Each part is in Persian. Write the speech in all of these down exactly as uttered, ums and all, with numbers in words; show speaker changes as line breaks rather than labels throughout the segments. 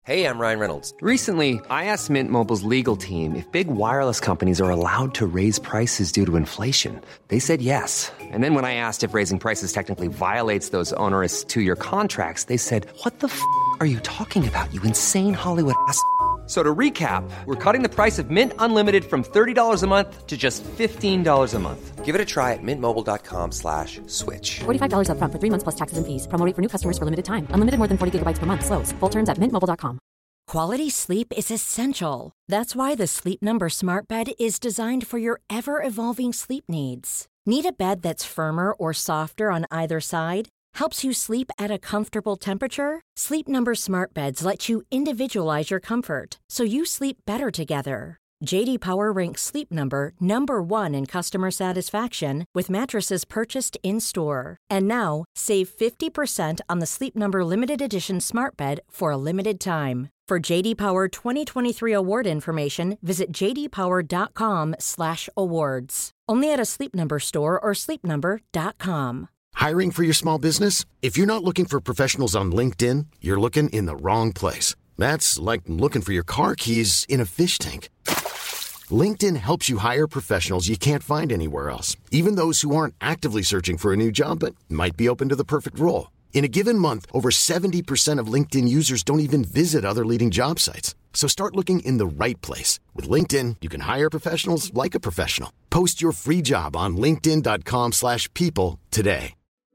Hey, I'm Ryan Reynolds.
Recently, I asked Mint Mobile's legal team if big wireless companies are allowed to raise prices due to inflation. They said yes. And then when I asked if raising prices technically violates those onerous two-year contracts, they said, "What the f*** are you talking about, you insane Hollywood ass f- So to recap, we're cutting the price of Mint Unlimited from thirty dollars a month to just fifteen dollars a month.
Give it a try at mintmobile.com slash switch.
forty-five dollars up front for three months plus taxes and fees. Promo rate for new customers for limited time. Unlimited more than forty gigabytes per month. Slows full terms at mint mobile dot com.
Quality sleep is essential. That's why the Sleep Number Smart Bed is designed for your ever-evolving sleep needs. Need a bed that's firmer or softer on either side? Helps you sleep at a comfortable temperature? Sleep Number Smart Beds let you individualize your comfort, so you sleep better together. J D Power ranks Sleep Number number one in customer satisfaction with mattresses purchased in-store. And now, save fifty percent on the Sleep Number Limited Edition Smart Bed for a limited time. For J D Power twenty twenty-three award information, visit j d power dot com slash awards. Only at a Sleep Number store or sleep number dot com.
Hiring for your small business? If you're not looking for professionals on LinkedIn, you're looking in the wrong place. That's like looking for your car keys in a fish tank. LinkedIn helps you hire professionals you can't find anywhere else, even those who aren't actively searching for a new job but might be open to the perfect role. In a given month, over seventy percent of LinkedIn users don't even visit other leading job sites. So start looking in the right place. With LinkedIn, you can hire professionals like a professional. Post your free job on linkedin dot com slash people today.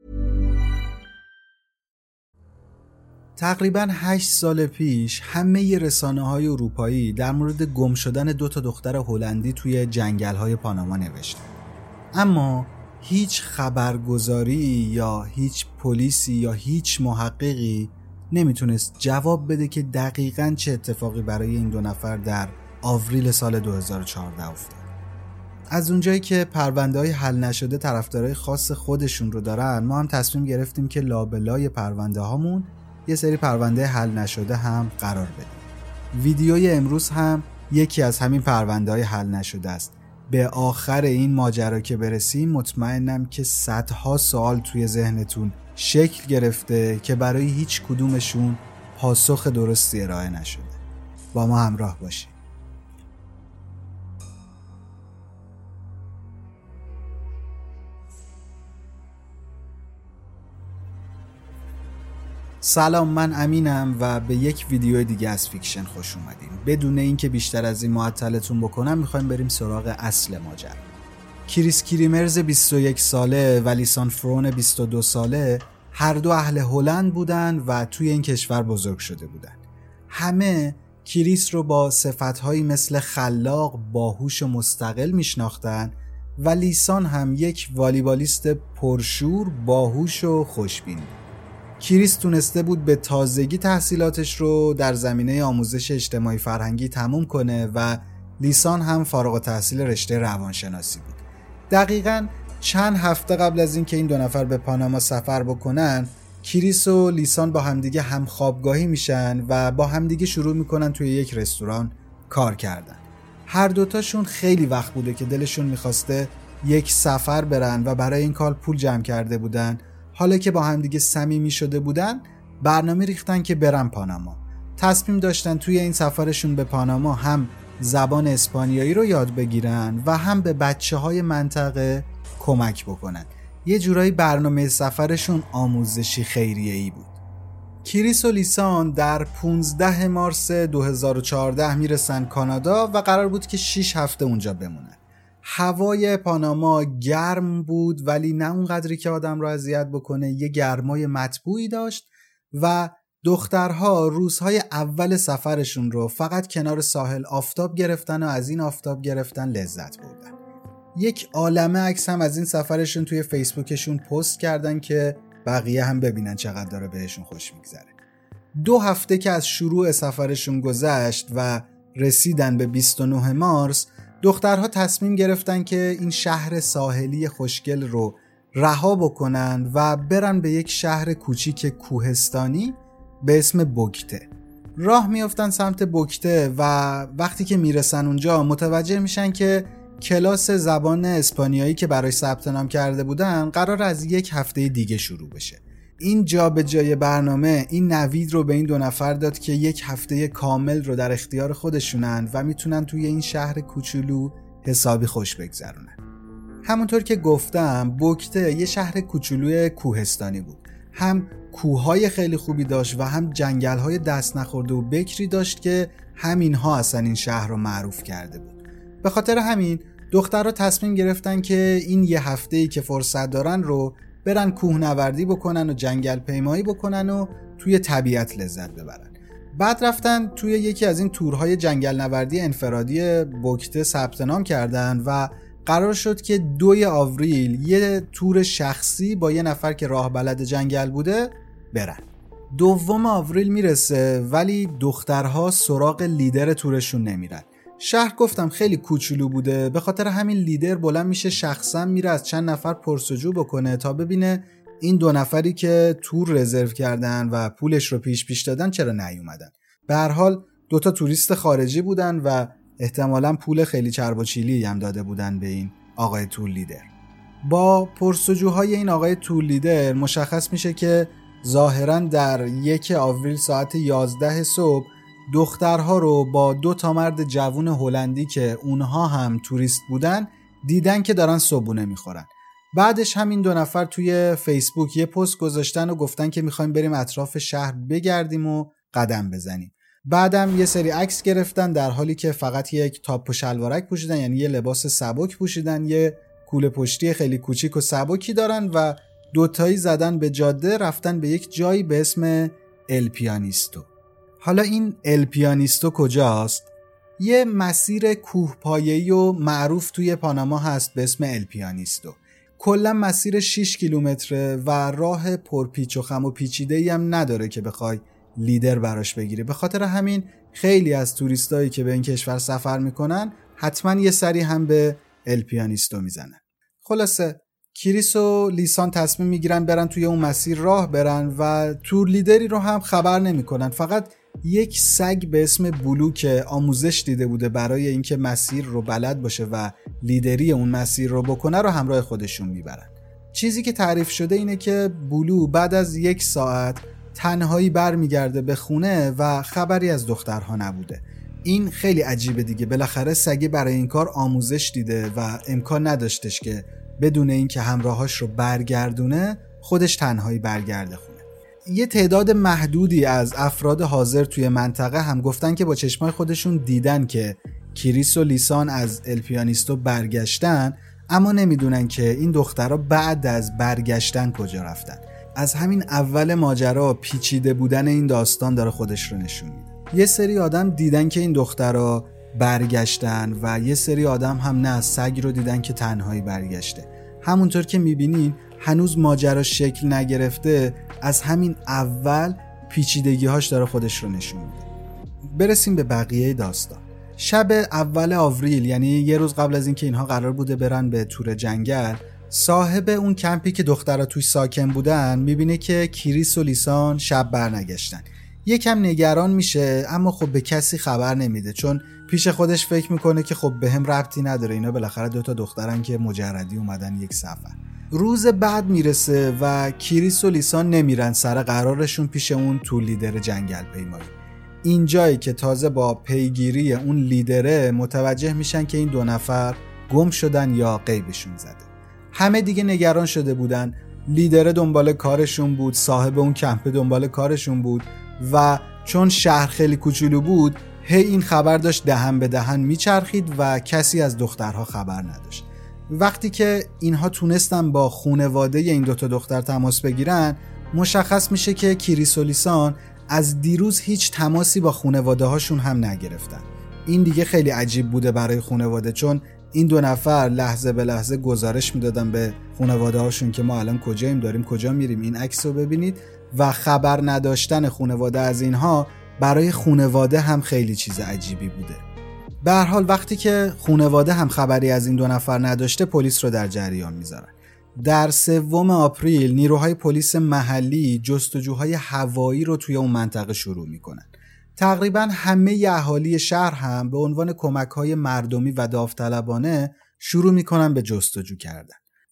تقریباً هشت سال پیش همه رسانه‌های اروپایی در مورد گم شدن دو تا دختر هلندی توی جنگل‌های پاناما نوشتن. اما هیچ خبرگزاری یا هیچ پلیسی یا هیچ محققی نمیتونست جواب بده که دقیقاً چه اتفاقی برای این دو نفر در آوریل سال دو هزار و چهارده افتاد. از اونجایی که پرونده‌های حل نشده طرفدارای خاص خودشون رو دارن، ما هم تصمیم گرفتیم که لابلای پرونده هامون یه سری پرونده حل نشده هم قرار بدیم. ویدیوی امروز هم یکی از همین پرونده‌های حل نشده است. به آخر این ماجرا که برسیم مطمئنم که صدها سوال توی ذهنتون شکل گرفته که برای هیچ کدومشون پاسخ درستی ارائه نشده. با ما همراه باشید. سلام، من امینم و به یک ویدیو دیگه از فیکشن خوش اومدیم. بدون اینکه بیشتر از این معطلتون بکنم میخوایم بریم سراغ اصل ماجرا. کریس کریمرز بیست و یک ساله و لیسان فرون بیست و دو ساله هر دو اهل هلند بودن و توی این کشور بزرگ شده بودن. همه کریس رو با صفتهایی مثل خلاق، باهوش و مستقل میشناختن و لیسان هم یک والیبالیست پرشور، باهوش و خوشبین. کریس تونسته بود به تازگی تحصیلاتش رو در زمینه آموزش اجتماعی فرهنگی تموم کنه و لیسان هم فارغ التحصیل رشته روانشناسی بود. دقیقاً چند هفته قبل از اینکه این دو نفر به پاناما سفر بکنن، کریس و لیسان با همدیگه هم خوابگاهی میشن و با همدیگه شروع میکنن توی یک رستوران کار کردن. هر دوتاشون خیلی وقت بوده که دلشون میخواسته یک سفر برن و برای این کار پول جمع کرده بودن. حالا که با همدیگه صمیمی شده بودن، برنامه ریختن که برن پاناما. تصمیم داشتن توی این سفرشون به پاناما هم زبان اسپانیایی رو یاد بگیرن و هم به بچه‌های منطقه کمک بکنن. یه جورایی برنامه سفرشون آموزشی خیریه‌ای بود. کریس و لیسان در پانزده مارس دو هزار و چهارده میرسن کانادا و قرار بود که شش هفته اونجا بمونن. هوای پاناما گرم بود ولی نه اونقدری که آدم رو اذیت بکنه. یه گرمای مطبوعی داشت و دخترها روزهای اول سفرشون رو فقط کنار ساحل آفتاب گرفتن و از این آفتاب گرفتن لذت بردن. یک عالمه عکس هم از این سفرشون توی فیسبوکشون پست کردن که بقیه هم ببینن چقدر داره بهشون خوش میگذره. دو هفته که از شروع سفرشون گذشت و رسیدن به بیست و نه مارس، دخترها تصمیم گرفتن که این شهر ساحلی خوشگل رو رها بکنن و برن به یک شهر کوچیک کوهستانی به اسم بوکته. راه میافتن سمت بوکته و وقتی که میرسن اونجا متوجه میشن که کلاس زبان اسپانیایی که برای ثبت نام کرده بودن قرار از یک هفته دیگه شروع بشه. این جابجایی برنامه این نوید رو به این دو نفر داد که یک هفته کامل رو در اختیار خودشونن و میتونن توی این شهر کوچولو حسابی خوش بگذرونن. همونطور که گفتم بوکته یه شهر کوچولوی کوهستانی بود. هم کوههای خیلی خوبی داشت و هم جنگل‌های دست نخورده و بکری داشت که همینها اصلا این شهر رو معروف کرده بود. به خاطر همین دخترها تصمیم گرفتن که این یه هفته‌ای که فرصت دارن رو برن کوهنوردی بکنن و جنگل پیمایی بکنن و توی طبیعت لذت ببرن. بعد رفتن توی یکی از این تورهای جنگل نوردی انفرادی بوکته ثبت نام کردن و قرار شد که دوی آوریل یه تور شخصی با یه نفر که راه بلد جنگل بوده برن. دوم آوریل میرسه ولی دخترها سراغ لیدر تورشون نمیرن. شهر گفتم خیلی کوچولو بوده، به خاطر همین لیدر بلند میشه شخصا میره از چند نفر پرسجو بکنه تا ببینه این دو نفری که تور رزرو کردن و پولش رو پیش پیش دادن چرا نیومدن. به هر حال دوتا توریست خارجی بودن و احتمالاً پول خیلی چرب و چیلی هم داده بودن به این آقای تور لیدر. با پرسجوهای این آقای تور لیدر مشخص میشه که ظاهراً در یک آوریل ساعت یازده صبح دخترها رو با دو تا مرد جوون هلندی که اونها هم توریست بودن دیدن که دارن صبحونه میخورن. بعدش همین دو نفر توی فیسبوک یه پست گذاشتن و گفتن که میخوایم بریم اطراف شهر بگردیم و قدم بزنیم. بعدم یه سری عکس گرفتن در حالی که فقط یک تاپ و شلوارک پوشیدن، یعنی یه لباس سبک پوشیدن، یه کوله پشتی خیلی کوچیک و سبکی دارن و دوتایی زدن به جاده رفتن به یک جایی به اسم ال پیانیستو. حالا این ال پیانیستو کجاست؟ یه مسیر کوهپایه‌ای و معروف توی پاناما هست به اسم ال پیانیستو. کلا مسیر شش کیلومتره و راه پرپیچ و خم و پیچیده‌ای هم نداره که بخوای لیدر براش بگیره. به خاطر همین خیلی از توریستایی که به این کشور سفر میکنن حتما یه سری هم به ال پیانیستو میزنن. خلاصه کریس و لیسان تصمیم میگیرن برن توی اون مسیر راه برن و تور لیدری رو هم خبر نمیکنن. فقط یک سگ به اسم بلو که آموزش دیده بوده برای اینکه مسیر رو بلد باشه و لیدری اون مسیر رو بکنه رو همراه خودشون میبرن. چیزی که تعریف شده اینه که بلو بعد از یک ساعت تنهایی برمیگرده به خونه و خبری از دخترها نبوده. این خیلی عجیبه دیگه، بالاخره سگی برای این کار آموزش دیده و امکان نداشتش که بدون اینکه همراهاش رو برگردونه خودش تنهایی برگرده خونه. یه تعداد محدودی از افراد حاضر توی منطقه هم گفتن که با چشمای خودشون دیدن که کریس و لیسان از ال پیانیستو برگشتن، اما نمیدونن که این دخترها بعد از برگشتن کجا رفتن. از همین اول ماجرا پیچیده بودن این داستان داره خودش رو نشون میده. یه سری آدم دیدن که این دخترها برگشتن و یه سری آدم هم نه، سگ رو دیدن که تنهایی برگشته. همونطور که میبینین هنوز ماجرا شکل نگرفته، از همین اول پیچیدگی‌هاش داره خودش رو نشون میده. برسیم به بقیه داستان. شب اول آوریل، یعنی یه روز قبل از اینکه اینها قرار بوده برن به تور جنگل، صاحب اون کمپی که دخترها توش ساکن بودن میبینه که کریس و لیسان شب برنگشتن. یکم نگران میشه اما خب به کسی خبر نمیده، چون پیش خودش فکر میکنه که خب به هم ربطی نداره، اینا بالاخره دوتا دخترن که مجردی اومدن یک سفر. روز بعد میرسه و کریس و لیسان نمیرن سر قرارشون پیش اون تور لیدر جنگل پیمایی. اینجایی که تازه با پیگیری اون لیدره متوجه میشن که این دو نفر گم شدن یا غیبشون زده. همه دیگه نگران شده بودن، لیدر دنبال کارشون بود، صاحب اون کمپ دنبال کارشون بود و چون شهر خیلی کوچولو بود هی این خبر داشت دهن به دهن میچرخید و کسی از دخترها خبر نداشت. وقتی که اینها تونستن با خانواده این دوتا دختر تماس بگیرن، مشخص میشه که کریس و لیسان از دیروز هیچ تماسی با خانواده هاشون هم نگرفتن. این دیگه خیلی عجیب بوده برای خانواده، چون این دو نفر لحظه به لحظه گزارش میدادن به خانواده هاشون که ما الان کجاییم، داریم کجا میریم، این عکس رو ببینید. و خبر نداشتن خانواده از اینها برای خانواده هم خیلی چیز عجیبی بوده. به هر حال وقتی که خانواده هم خبری از این دو نفر نداشته، پلیس رو در جریان میذارن. در سوم آپریل نیروهای پلیس محلی جستجوهای هوایی رو توی اون منطقه شروع میکنن. تقریبا همه اهالی شهر هم به عنوان کمک‌های مردمی و داوطلبانه شروع میکنن به جستجو کردن.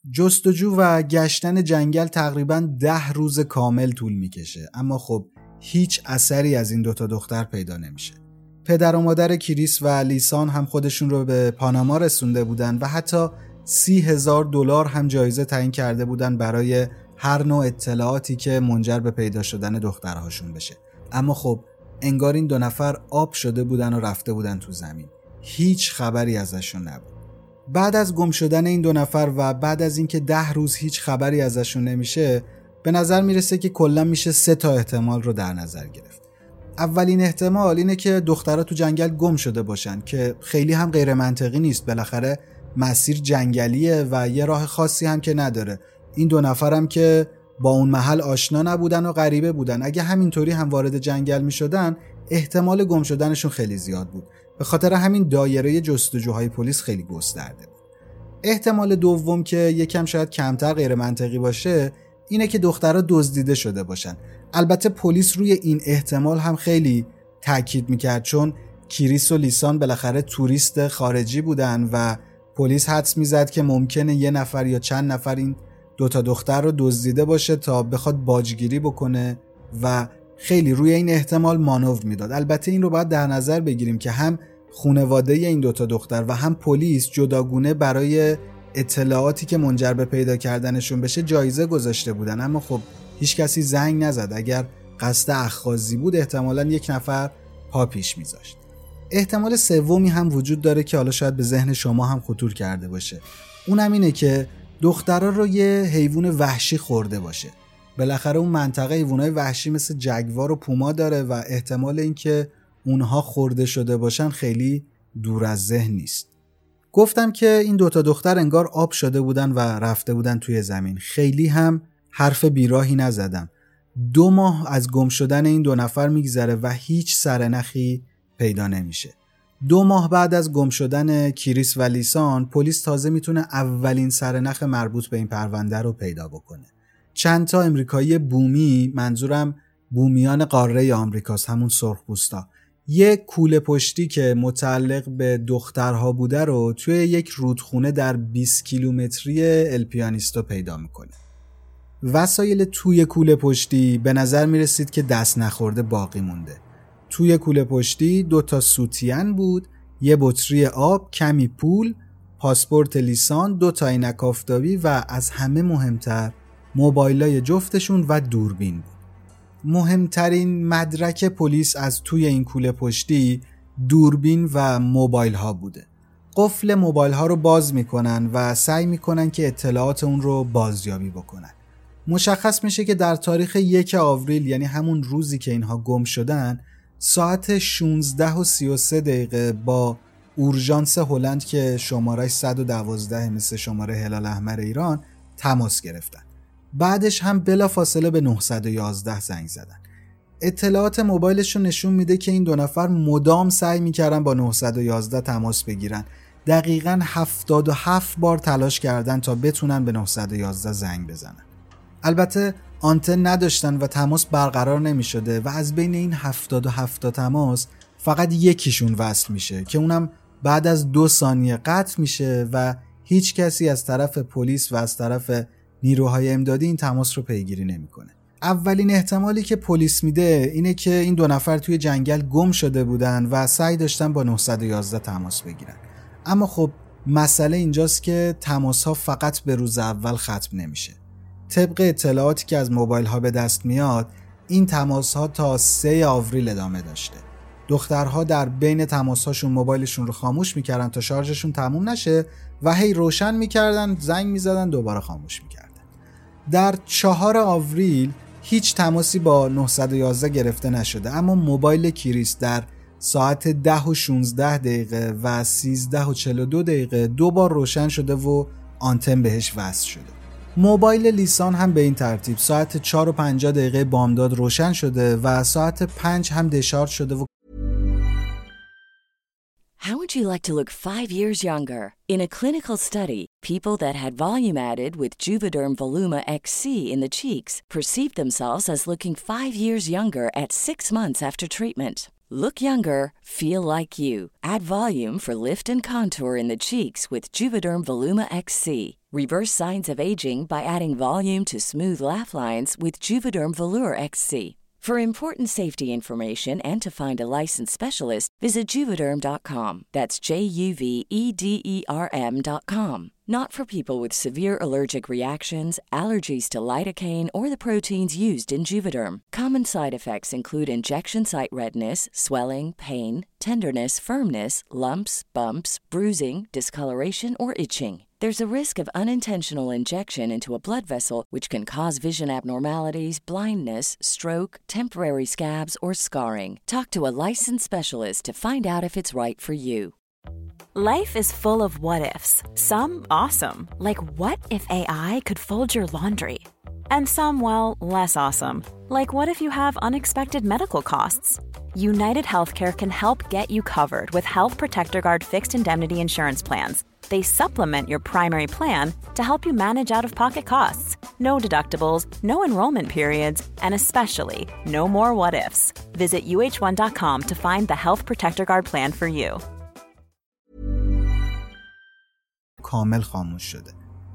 جستجو و گشتن جنگل تقریباً ده روز کامل طول میکشه، اما خب هیچ اثری از این دوتا دختر پیدا نمیشه. پدر و مادر کریس و لیسان هم خودشون رو به پاناما رسونده بودن و حتی سی هزار دلار هم جایزه تعیین کرده بودن برای هر نوع اطلاعاتی که منجر به پیدا شدن دخترهاشون بشه. اما خب انگار این دو نفر آب شده بودن و رفته بودن تو زمین. هیچ خبری ازشون نبود. بعد از گم شدن این دو نفر و بعد از اینکه ده روز هیچ خبری ازشون نمیشه، به نظر میرسه که کلا میشه سه تا احتمال رو در نظر گرفت. اولین احتمال اینه که دخترها تو جنگل گم شده باشن که خیلی هم غیر منطقی نیست. بالاخره مسیر جنگلیه و یه راه خاصی هم که نداره. این دو نفرم که با اون محل آشنا نبودن و غریبه بودن. اگه همینطوری هم وارد جنگل میشدن احتمال گم شدنشون خیلی زیاد بود. به خاطر همین دایره جستجوهای پلیس خیلی گسترده بود. احتمال دوم که یکم شاید کمتر غیر منطقی باشه اینه که دخترها دزدیده شده باشن. البته پلیس روی این احتمال هم خیلی تاکید میکرد، چون کریس و لیسان بالاخره توریست خارجی بودن و پلیس حدس میزد که ممکنه یه نفر یا چند نفر این دوتا دختر رو دزدیده باشه تا بخواد باجگیری بکنه و خیلی روی این احتمال مانور میداد. البته این رو باید در نظر بگیریم که هم خانواده این دوتا دختر و هم پلیس جداگونه برای اطلاعاتی که منجر به پیدا کردنشون بشه جایزه گذاشته بودن، اما خب هیچ کسی زنگ نزد. اگر قصد اخاذی بود احتمالاً یک نفر پا پیش میذاشت. احتمال سومی هم وجود داره که حالا شاید به ذهن شما هم خطور کرده باشه. اونم اینه که دخترها رو یه حیوان وحشی خورده باشه. بالاخره اون منطقه حیوانات وحشی مثل جگوار و پوما داره و احتمال اینکه اونها خورده شده باشن خیلی دور از ذهن نیست. گفتم که این دوتا دختر انگار آب شده بودن و رفته بودن توی زمین. خیلی هم حرف بیراهی نزدم. دو ماه از گم شدن این دو نفر میگذره و هیچ سرنخی پیدا نمیشه. دو ماه بعد از گم شدن کریس و لیسان، پلیس تازه میتونه اولین سرنخ مربوط به این پرونده رو پیدا بکنه. چند تا امریکایی بومی، منظورم بومیان قاره آمریکاست، همون سرخپوستا، یک کوله پشتی که متعلق به دخترها بوده رو توی یک رودخونه در بیست کیلومتری الپیانیستو پیدا میکنه. وسایل توی کوله پشتی به نظر میرسید که دست نخورده باقی مونده. توی کوله پشتی دو تا سوتین بود، یه بطری آب، کمی پول، پاسپورت لیسان، دو تا عینک آفتابی و از همه مهمتر موبایلای جفتشون و دوربین بود. مهمترین مدرک پلیس از توی این کوله پشتی دوربین و موبایل ها بوده. قفل موبایل ها رو باز میکنن و سعی میکنن که اطلاعات اون رو بازیابی بکنن. مشخص میشه که در تاریخ یک آوریل، یعنی همون روزی که اینها گم شدن، ساعت شانزده و سی و سه دقیقه با اورژانس هلند که شمارش صد و دوازده مثل شماره هلال احمر ایران تماس گرفتن. بعدش هم بلا فاصله به نهصد و یازده زنگ زدن. اطلاعات موبایلشون نشون میده که این دو نفر مدام سعی میکردن با نهصد و یازده تماس بگیرن. دقیقاً هفتاد و هفت بار تلاش کردن تا بتونن به نهصد و یازده زنگ بزنن. البته آنتن نداشتن و تماس برقرار نمیشده و از بین این هفتاد و هفت تا تماس فقط یکیشون وصل میشه که اونم بعد از دو ثانیه قطع میشه و هیچ کسی از طرف پلیس و از طرف نیروهای امدادی این تماس رو پیگیری نمیکنه. اولین احتمالی که پلیس میده اینه که این دو نفر توی جنگل گم شده بودن و سعی داشتن با نهصد و یازده تماس بگیرن. اما خب مسئله اینجاست که تماس ها فقط به روز اول ختم نمیشه. طبق اطلاعاتی که از موبایل ها به دست میاد، این تماس ها تا سه آوریل ادامه داشته. دخترها در بین تماس هاشون موبایلشون رو خاموش میکردن تا شارژشون تموم نشه و هی روشن میکردن، زنگ میزدن، دوباره خاموش میکردن. در چهار آوریل هیچ تماسی با نهصد و یازده گرفته نشده، اما موبایل کریس در ساعت ده و شانزده دقیقه و سیزده و چهل و دو دقیقه دو بار روشن شده و آنتن بهش وصل شده. موبایل لیسان هم به این ترتیب ساعت چهار و پنجاه دقیقه بامداد روشن شده و ساعت پنج هم دشارژ شده و
How would you like to look five years younger? In a clinical study, people that had volume added with Juvederm Voluma X C in the cheeks perceived themselves as looking five years younger at six months after treatment. Look younger, feel like you. Add volume for lift and contour in the cheeks with Juvederm Voluma X C. Reverse signs of aging by adding volume to smooth laugh lines with Juvederm Volure X C. For important safety information and to find a licensed specialist, visit Juvederm dot com. That's J U V E D E R M dot com. Not for people with severe allergic reactions, allergies to lidocaine, or the proteins used in Juvederm. Common side effects include injection site redness, swelling, pain, tenderness, firmness, lumps, bumps, bruising, discoloration, or itching. There's a risk of unintentional injection into a blood vessel, which can cause vision abnormalities, blindness, stroke, temporary scabs, or scarring. Talk to a licensed specialist to find out if it's right for you.
Life is full of what-ifs. Some awesome, like what if A I could fold your laundry? And some, well, less awesome, like what if you have unexpected medical costs? United Healthcare can help get you covered with Health Protector Guard fixed indemnity insurance plans. They supplement your primary plan to help you manage out-of-pocket costs. No deductibles, no enrollment periods, and especially no more what-ifs. Visit U H one dot com to find the Health Protector Guard plan for you.
کامل خاموش شده.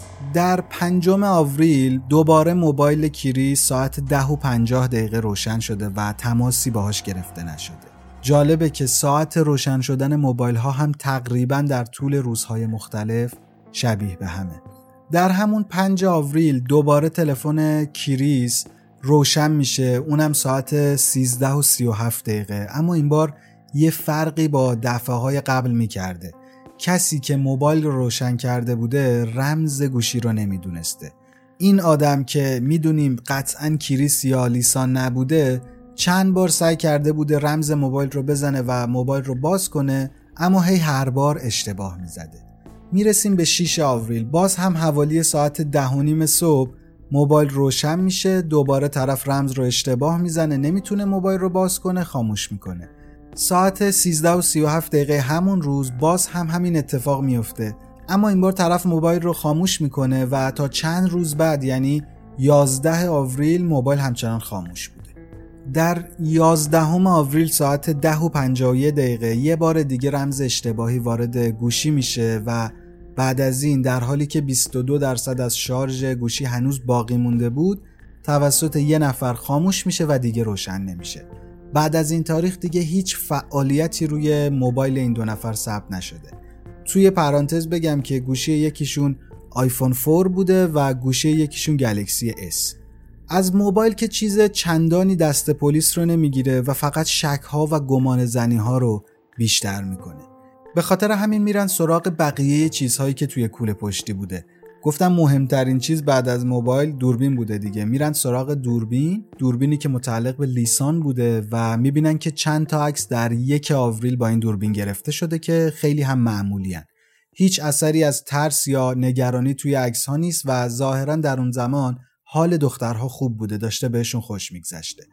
در پنجم آوریل دوباره موبایل کیری ساعت ده و پنجاه دقیقه روشن شده و تماسی باهاش گرفته نشده. جالبه که ساعت روشن شدن موبایل ها هم تقریباً در طول روزهای مختلف شبیه به همه. در همون پنج آوریل دوباره تلفن کریس روشن میشه، اونم ساعت سیزده و سی و هفت دقیقه، اما این بار یه فرقی با دفعه های قبل میکرده. کسی که موبایل رو روشن کرده بوده رمز گوشی رو نمیدونسته. این آدم که میدونیم قطعاً کریس یا لیسان نبوده، چند بار سعی کرده بوده رمز موبایل رو بزنه و موبایل رو باز کنه، اما هی هر بار اشتباه میزده. میرسیم به شش آوریل، باز هم حوالی ساعت ده و نیم صبح موبایل روشن میشه، دوباره طرف رمز رو اشتباه میزنه، نمیتونه موبایل رو باز کنه، خاموش میکنه. ساعت سیزده و سی و هفت دقیقه همون روز باز هم همین اتفاق میفته، اما این بار طرف موبایل رو خاموش میکنه و تا چند روز بعد یعنی یازده آوریل موبایل همچنان خاموش بوده. در یازدهم آوریل ساعت ده و پنجاه و یک دقیقه یه بار دیگه رمز اشتباهی وارد گوشی میشه و بعد از این در حالی که بیست و دو درصد از شارژ گوشی هنوز باقی مونده بود توسط یه نفر خاموش میشه و دیگه روشن نمیشه. بعد از این تاریخ دیگه هیچ فعالیتی روی موبایل این دو نفر ثبت نشده. توی پرانتز بگم که گوشی یکیشون آیفون فور بوده و گوشی یکیشون گلکسی اس. از موبایل که چیز چندانی دست پلیس رو نمیگیره و فقط شک‌ها و گمان زنی‌ها رو بیشتر میکنه. به خاطر همین میرن سراغ بقیه چیزهایی که توی کوله پشتی بوده. گفتم مهمترین چیز بعد از موبایل دوربین بوده دیگه. میرن سراغ دوربین، دوربینی که متعلق به لیسان بوده و میبینن که چند تا عکس در یک آوریل با این دوربین گرفته شده که خیلی هم معمولی هن. هیچ اثری از ترس یا نگرانی توی عکس‌ها نیست و ظاهراً در اون زمان حال دخترها خوب بوده، داشته بهشون خوش میگذشته.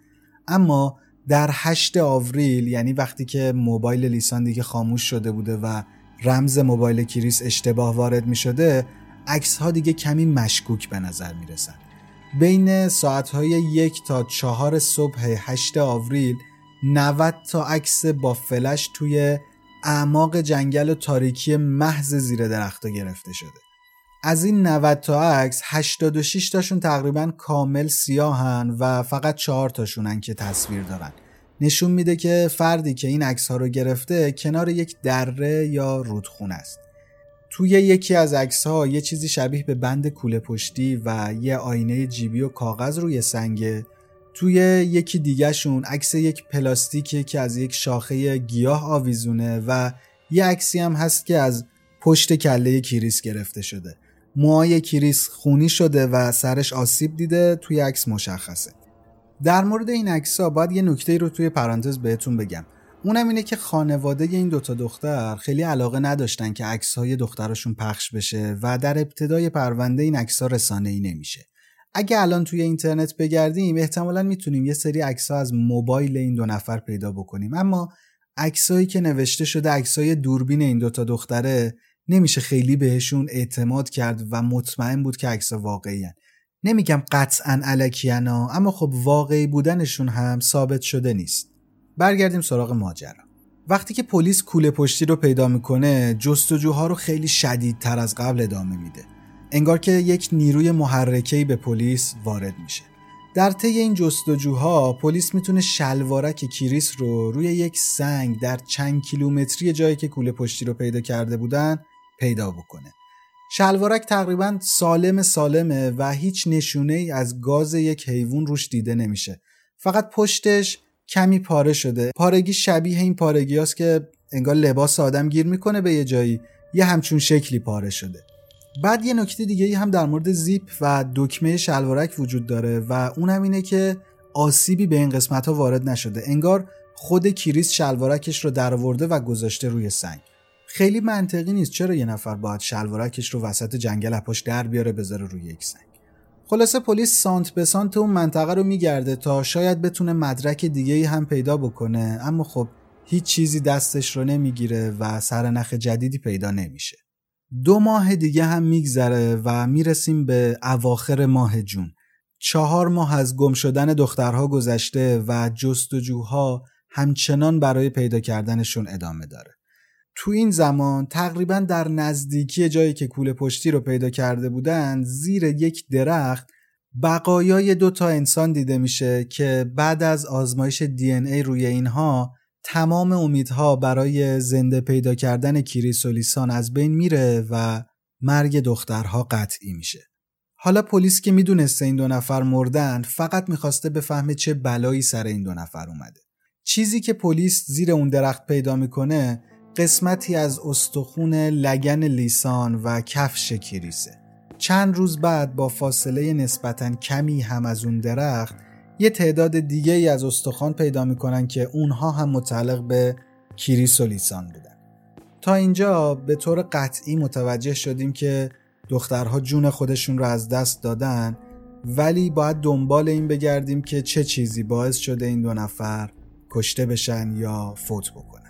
اما در هشت آوریل یعنی وقتی که موبایل لیسان دیگه خاموش شده بوده و رمز موبایل کریس اشتباه وارد میشده، عکس‌ها دیگه کمی مشکوک به نظر میرسن. بین ساعت‌های یک تا چهار صبح هشت آوریل نود تا عکس با فلش توی اعماق جنگل و تاریکی محض زیر درخت‌ها گرفته شده. از این نود تا عکس هشتاد و شش تاشون تقریباً کامل سیاهن و فقط چهار تاشونن که تصویر دارن. نشون میده که فردی که این عکس‌ها رو گرفته کنار یک دره یا رودخونه است. توی یکی از عکس‌ها یه چیزی شبیه به بند کوله پشتی و یه آینه جیبی و کاغذ روی سنگه. توی یکی دیگه شون عکس یک پلاستیکی که از یک شاخه گیاه آویزونه و یه عکسی هم هست که از پشت کله کریس گرفته شده. موهای کریس خونی شده و سرش آسیب دیده، توی عکس مشخصه. در مورد این عکس‌ها باید یه نکته رو توی پرانتز بهتون بگم. اونم اینه که خانواده این دوتا دختر خیلی علاقه نداشتن که عکس‌های دخترشون پخش بشه و در ابتدای پرونده این عکس‌ها رسانه‌ای نمیشه. اگه الان توی اینترنت بگردیم احتمالاً میتونیم یه سری عکس‌ها از موبایل این دو نفر پیدا بکنیم، اما عکسایی که نوشته شده عکسای دوربین این دوتا دختره نمیشه خیلی بهشون اعتماد کرد و مطمئن بود که عکس‌ها واقعی هن. نمیگم قطعاً الکیانا، اما خب واقعی بودنشون هم ثابت شده نیست. برگردیم سراغ ماجرا. وقتی که پلیس کوله پشتی رو پیدا میکنه، جستجوها رو خیلی شدیدتر از قبل ادامه میده. انگار که یک نیروی محرکه‌ای به پلیس وارد میشه. در طی این جستجوها پلیس میتونه شلوارک کریس رو روی یک سنگ در چند کیلومتری جایی که کوله پشتی رو پیدا کرده بودن پیدا بکنه. شلوارک تقریباً سالم سالمه و هیچ نشونه‌ای از گاز یک حیوان روش دیده نمیشه. فقط پشتش کمی پاره شده. پارگی شبیه این پارگی هست که انگار لباس آدم گیر میکنه به یه جایی، یه همچون شکلی پاره شده. بعد یه نکته دیگه هم در مورد زیپ و دکمه شلوارک وجود داره و اونم اینه که آسیبی به این قسمت ها وارد نشده. انگار خود کریس شلوارکش رو درآورده و گذاشته روی سنگ. خیلی منطقی نیست چرا یه نفر باید شلوارکش رو وسط جنگل اپاش در بیاره بذاره روی یک سنگ. خلاصه پلیس سانت به سانت اون منطقه رو میگرده تا شاید بتونه مدرک دیگه‌ای هم پیدا بکنه، اما خب هیچ چیزی دستش رو نمیگیره و سرنخ جدیدی پیدا نمیشه. دو ماه دیگه هم میگذره و میرسیم به اواخر ماه جون. چهار ماه از گم شدن دخترها گذشته و جستجوها همچنان برای پیدا کردنشون ادامه داره. تو این زمان تقریباً در نزدیکی جایی که کوله پشتی رو پیدا کرده بودن، زیر یک درخت بقایای دو تا انسان دیده میشه که بعد از آزمایش دی ان ای روی اینها تمام امیدها برای زنده پیدا کردن کریس و لیسان از بین میره و مرگ دخترها قطعی میشه. حالا پلیس که میدونسته این دو نفر مردن، فقط میخواسته بفهمه چه بلایی سر این دو نفر اومده. چیزی که پلیس زیر اون درخت پیدا میکنه قسمتی از استخون لگن لیسان و کفش کریسه. چند روز بعد با فاصله نسبتاً کمی هم از اون درخت یه تعداد دیگه ای از استخوان پیدا میکنن که اونها هم متعلق به کریس و لیسان بودن. تا اینجا به طور قطعی متوجه شدیم که دخترها جون خودشون رو از دست دادن، ولی باید دنبال این بگردیم که چه چیزی باعث شده این دو نفر کشته بشن یا فوت بکنن.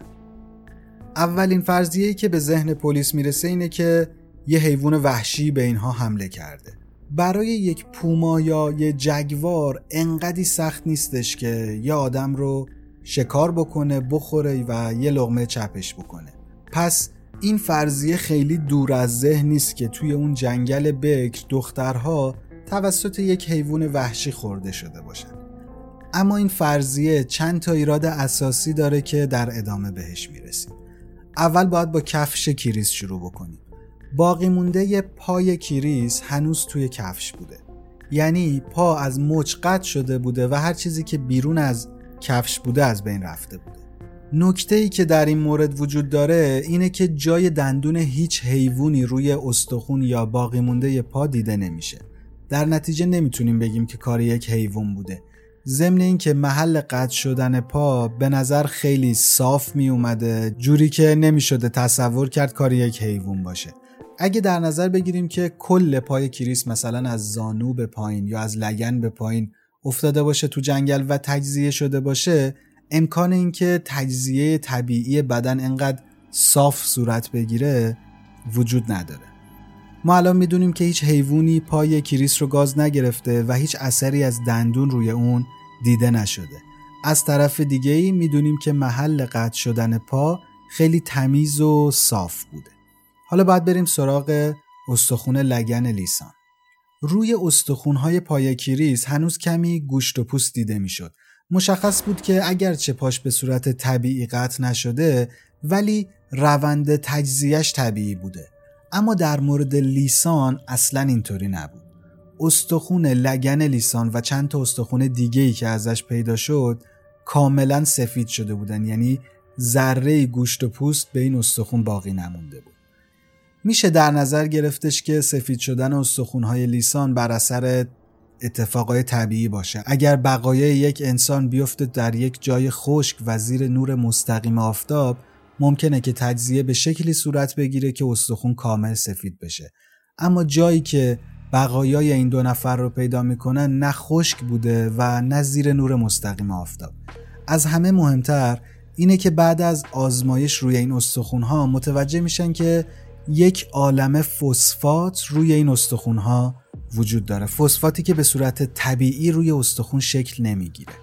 اولین فرضیه‌ای که به ذهن پلیس میرسه اینه که یه حیوان وحشی به اینها حمله کرده. برای یک پوما یا یه جگوار انقدی سخت نیستش که یه آدم رو شکار بکنه، بخوره و یه لقمه چپش بکنه. پس این فرضیه خیلی دور از ذهن نیست که توی اون جنگل بکر دخترها توسط یک حیوان وحشی خورده شده باشن. اما این فرضیه چند تا ایراد اساسی داره که در ادامه بهش میرسیم. اول باید با کفش کریس شروع بکنیم. باقی مونده ی پای کریس هنوز توی کفش بوده. یعنی پا از مچ قطع شده بوده و هر چیزی که بیرون از کفش بوده از بین رفته بوده. نکته‌ای که در این مورد وجود داره اینه که جای دندون هیچ حیوانی روی استخون یا باقی مونده ی پا دیده نمیشه. در نتیجه نمیتونیم بگیم که کار یک حیوان بوده. ضمن این که محل قطع شدن پا به نظر خیلی صاف می اومده، جوری که نمی شده تصور کرد کار یک حیوان باشه. اگه در نظر بگیریم که کل پای کریس مثلا از زانو به پایین یا از لگن به پایین افتاده باشه تو جنگل و تجزیه شده باشه، امکان این که تجزیه طبیعی بدن انقدر صاف صورت بگیره وجود نداره. ما الان میدونیم که هیچ حیوانی پای کریس رو گاز نگرفته و هیچ اثری از دندون روی اون دیده نشده. از طرف دیگه ای میدونیم که محل قطع شدن پا خیلی تمیز و صاف بوده. حالا باید بریم سراغ استخون لگن لیسان. روی استخونهای پای کریس هنوز کمی گوشت و پوست دیده میشد. مشخص بود که اگرچه پاش به صورت طبیعی قطع نشده، ولی روند تجزیهش طبیعی بوده. اما در مورد لیسان اصلا اینطوری نبود. استخون لگن لیسان و چند تا استخون دیگه‌ای که ازش پیدا شد کاملا سفید شده بودن، یعنی ذره گوشت و پوست به این استخون باقی نمونده بود. میشه در نظر گرفتش که سفید شدن استخونهای لیسان بر اثر اتفاقای طبیعی باشه. اگر بقایای یک انسان بیفته در یک جای خشک و زیر نور مستقیم آفتاب، ممکنه که تجزیه به شکلی صورت بگیره که استخون کامل سفید بشه. اما جایی که بقایای این دو نفر رو پیدا میکنن نه خشک بوده و نه زیر نور مستقیم آفتاب. از همه مهمتر اینه که بعد از آزمایش روی این استخونها متوجه میشن که یک عالمه فسفات روی این استخونها وجود داره. فسفاتی که به صورت طبیعی روی استخون شکل نمیگیره.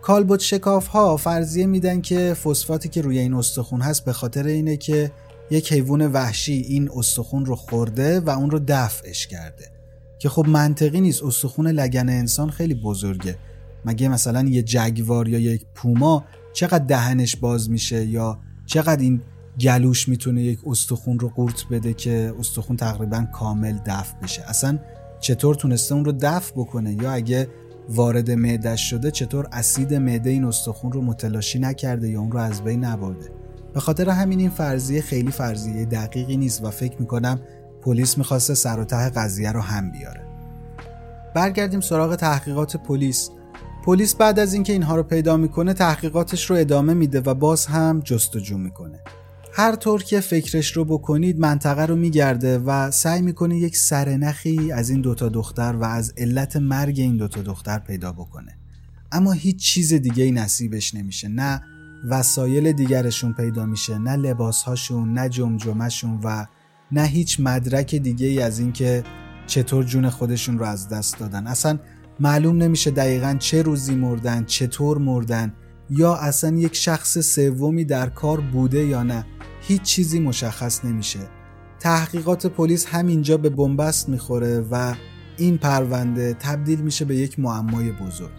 کالبد شکاف‌ها فرضیه میدن که فسفاتی که روی این استخون هست به خاطر اینه که یک حیوان وحشی این استخون رو خورده و اون رو دفعش کرده، که خب منطقی نیست. استخون لگن انسان خیلی بزرگه، مگه مثلا یه جگوار یا یک پوما چقدر دهنش باز میشه یا چقدر این گلوش میتونه یک استخون رو قورت بده که استخون تقریبا کامل دفع بشه؟ اصلا چطور تونسته اون رو دفع بکنه؟ یا اگه وارد معده‌اش شده چطور اسید معده این استخون رو متلاشی نکرده یا اون رو از بین نبرده؟ به خاطر همین این فرضیه خیلی فرضیه دقیقی نیست و فکر میکنم پلیس میخواسته سر و ته قضیه رو هم بیاره. برگردیم سراغ تحقیقات پلیس. پلیس بعد از اینکه اینها رو پیدا میکنه تحقیقاتش رو ادامه میده و باز هم جستجو میکنه. هر طور که فکرش رو بکنید منطقه رو میگرده و سعی میکنه یک سرنخی از این دوتا دختر و از علت مرگ این دوتا دختر پیدا بکنه. اما هیچ چیز دیگه ای نصیبش نمیشه. نه وسایل دیگرشون پیدا میشه، نه لباسهاشون، نه جمجمهشون و نه هیچ مدرک دیگه ای از این که چطور جون خودشون رو از دست دادن. اصلا معلوم نمیشه دقیقاً چه روزی مردن، چطور مردن، یا اصلا یک شخص سومی در کار بوده یا نه. هیچ چیزی مشخص نمیشه. تحقیقات پلیس همینجا به بنبست میخوره و این پرونده تبدیل میشه به یک معمای بزرگ.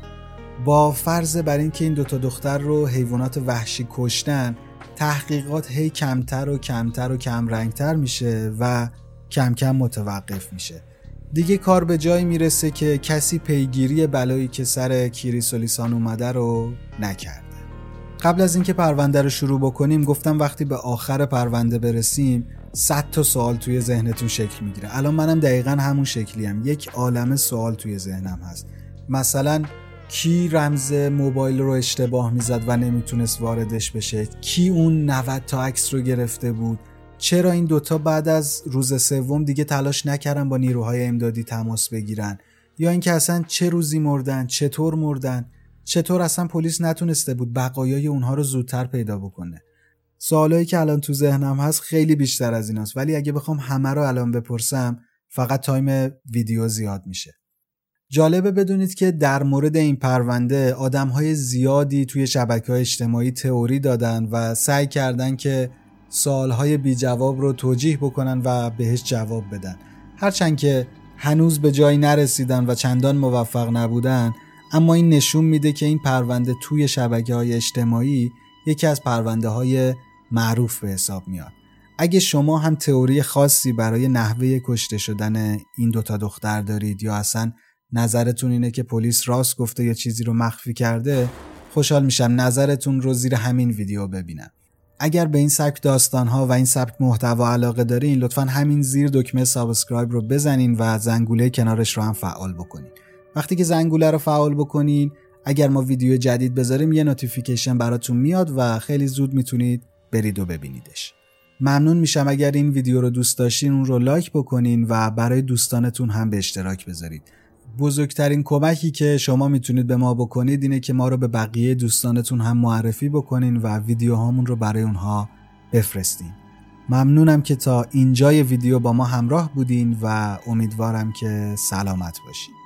با فرض بر این که این دوتا دختر رو حیوانات وحشی کشتن، تحقیقات هی کمتر و کمتر و کم رنگتر میشه و کم کم متوقف میشه. دیگه کار به جایی میرسه که کسی پیگیری بلایی که سر کیریس و لیسان اومده رو نکرده. قبل از اینکه پرونده رو شروع بکنیم گفتم وقتی به آخر پرونده برسیم صد تا سوال توی ذهنتون شکل میگیره. الان منم دقیقاً همون شکلیم. یک عالمه سوال توی ذهنم هست. مثلا کی رمز موبایل رو اشتباه میزد و نمیتونست واردش بشه؟ کی اون نود تا عکس رو گرفته بود؟ چرا این دوتا بعد از روز سوم دیگه تلاش نکردن با نیروهای امدادی تماس بگیرن؟ یا اینکه اصلا چه روزی مردن؟ چطور مردن؟ چطور اصلا پلیس نتونسته بود بقایای اونها رو زودتر پیدا بکنه؟ سوالایی که الان تو ذهنم هست خیلی بیشتر از ایناست، ولی اگه بخوام همه رو الان بپرسم فقط تایم ویدیو زیاد میشه. جالبه بدونید که در مورد این پرونده آدم‌های زیادی توی شبکه‌های اجتماعی تئوری دادن و سعی کردن که سوال‌های بی جواب رو توجیه بکنن و بهش جواب بدن. هرچند که هنوز به جایی نرسیدن و چندان موفق نبودن، اما این نشون میده که این پرونده توی شبکه‌های اجتماعی یکی از پرونده‌های معروف به حساب میاد. اگه شما هم تئوری خاصی برای نحوه کشته شدن این دوتا دختر دارید یا اصلا نظرتون اینه که پلیس راست گفته یا چیزی رو مخفی کرده، خوشحال میشم نظرتون رو زیر همین ویدیو ببینم. اگر به این سبک داستان‌ها و این سبک محتوا علاقه دارین لطفاً همین زیر دکمه سابسکرایب رو بزنین و زنگوله کنارش رو هم فعال بکنین. وقتی که زنگوله رو فعال بکنین، اگر ما ویدیو جدید بذاریم یه نوتیفیکیشن براتون میاد و خیلی زود میتونید برید و ببینیدش. ممنون میشم اگر این ویدیو رو دوست داشتین اون رو لایک بکنین و برای دوستانتون هم به اشتراک بذارید. بزرگترین کمکی که شما میتونید به ما بکنید اینه که ما رو به بقیه دوستانتون هم معرفی بکنین و ویدیوهامون رو برای اونها بفرستین. ممنونم که تا اینجای ویدیو با ما همراه بودین و امیدوارم که سلامت باشین.